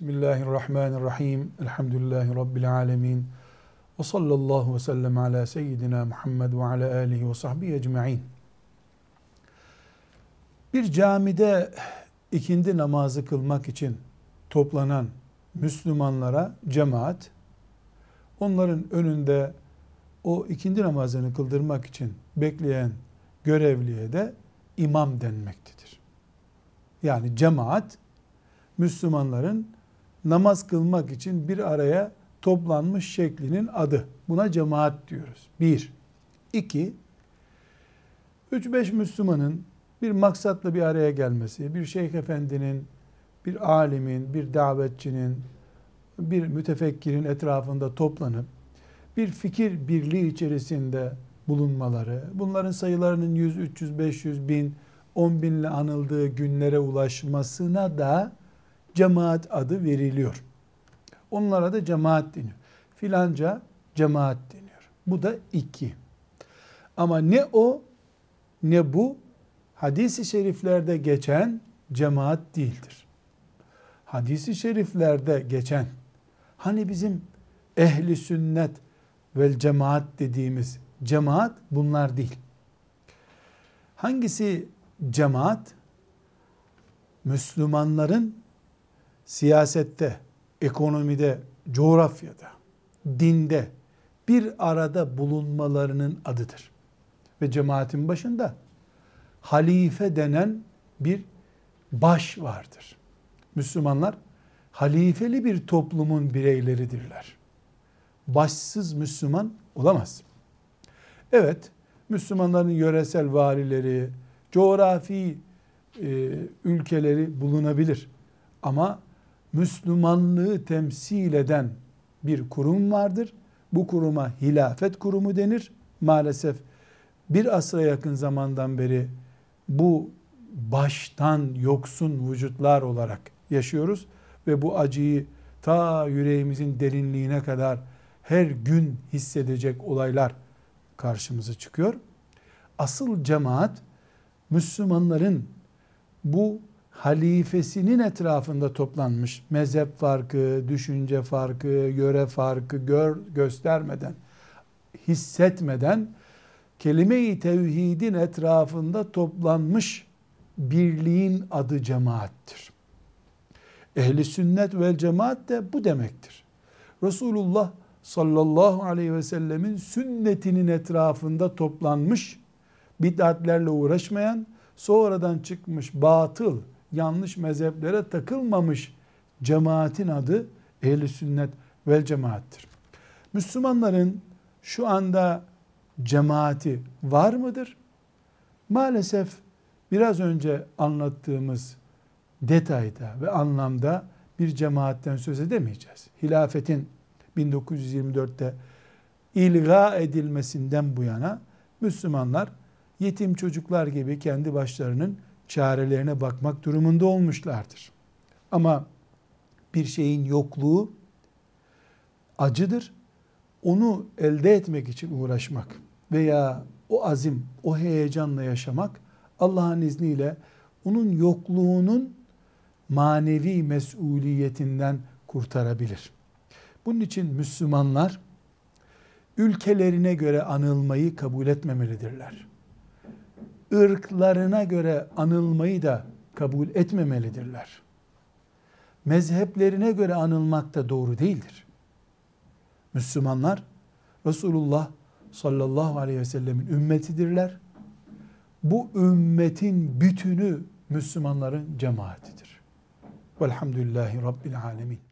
Bismillahirrahmanirrahim. Elhamdülillahi Rabbil alemin. Ve sallallahu ve sellem ala seyyidina Muhammed ve ala alihi ve sahbihi ecma'in. Bir camide ikindi namazı kılmak için toplanan Müslümanlara cemaat, onların önünde o ikindi namazını kıldırmak için bekleyen görevliye de imam denmektedir. Yani cemaat, Müslümanların namaz kılmak için bir araya toplanmış şeklinin adı. Buna cemaat diyoruz. 1. 2. 3-5 Müslümanın bir maksatla bir araya gelmesi, bir şeyh efendinin, bir alimin, bir davetçinin, bir mütefekkirin etrafında toplanıp bir fikir birliği içerisinde bulunmaları, bunların sayılarının 100, 300, 500, 1000, 10 binle anıldığı günlere ulaşmasına da cemaat adı veriliyor. Onlara da cemaat deniyor. Filanca cemaat deniyor. Bu da 2. Ama ne o ne bu hadis-i şeriflerde geçen cemaat değildir. Hadis-i şeriflerde geçen, hani bizim ehli sünnet vel cemaat dediğimiz cemaat bunlar değil. Hangisi cemaat? Müslümanların siyasette, ekonomide, coğrafyada, dinde bir arada bulunmalarının adıdır. Ve cemaatin başında halife denen bir baş vardır. Müslümanlar halifeli bir toplumun bireyleridirler. Başsız Müslüman olamaz. Evet, Müslümanların yöresel valileri, coğrafi ülkeleri bulunabilir. Ama Müslümanlığı temsil eden bir kurum vardır. Bu kuruma hilafet kurumu denir. Maalesef bir asra yakın zamandan beri bu baştan yoksun vücutlar olarak yaşıyoruz ve bu acıyı ta yüreğimizin derinliğine kadar her gün hissedecek olaylar karşımıza çıkıyor. Asıl cemaat Müslümanların bu halifesinin etrafında toplanmış, mezhep farkı, düşünce farkı, yöre farkı göstermeden, hissetmeden kelime-i tevhidin etrafında toplanmış birliğin adı cemaattir. Ehli sünnet vel cemaat de bu demektir. Resulullah sallallahu aleyhi ve sellemin sünnetinin etrafında toplanmış, bid'atlerle uğraşmayan, sonradan çıkmış batıl, yanlış mezheplere takılmamış cemaatin adı ehl-i sünnet vel cemaattir. Müslümanların şu anda cemaati var mıdır? Maalesef biraz önce anlattığımız detayda ve anlamda bir cemaatten söz edemeyeceğiz. Hilafetin 1924'te ilga edilmesinden bu yana Müslümanlar yetim çocuklar gibi kendi başlarının çarelerine bakmak durumunda olmuşlardır. Ama bir şeyin yokluğu acıdır. Onu elde etmek için uğraşmak veya o azim, o heyecanla yaşamak Allah'ın izniyle onun yokluğunun manevi mesuliyetinden kurtarabilir. Bunun için Müslümanlar ülkelerine göre anılmayı kabul etmemelidirler. Irklarına göre anılmayı da kabul etmemelidirler. Mezheplerine göre anılmak da doğru değildir. Müslümanlar Resulullah sallallahu aleyhi ve sellemin ümmetidirler. Bu ümmetin bütünü Müslümanların cemaatidir. Velhamdülillahi Rabbil alemin.